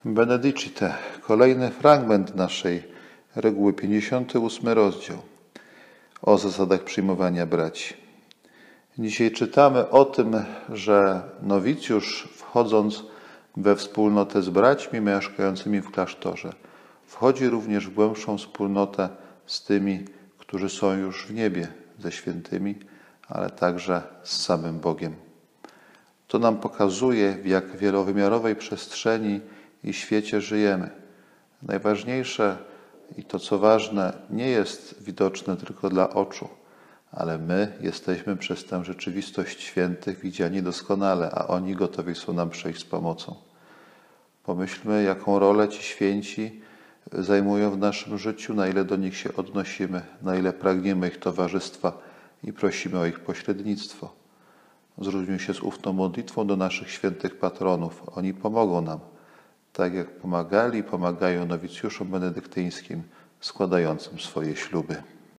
Benedicite, kolejny fragment naszej reguły, 58 rozdział o zasadach przyjmowania braci. Dzisiaj czytamy o tym, że nowicjusz, wchodząc we wspólnotę z braćmi mieszkającymi w klasztorze, wchodzi również w głębszą wspólnotę z tymi, którzy są już w niebie, ze świętymi, ale także z samym Bogiem. To nam pokazuje, w jak wielowymiarowej przestrzeni i świecie żyjemy. Najważniejsze i to, co ważne, nie jest widoczne tylko dla oczu, ale my jesteśmy przez tę rzeczywistość świętych widziani doskonale, a oni gotowi są nam przyjść z pomocą. Pomyślmy, jaką rolę ci święci zajmują w naszym życiu, na ile do nich się odnosimy, na ile pragniemy ich towarzystwa i prosimy o ich pośrednictwo. Zwróćmy się z ufną modlitwą do naszych świętych patronów. Oni pomogą nam, tak jak pomagali i pomagają nowicjuszom benedyktyńskim składającym swoje śluby.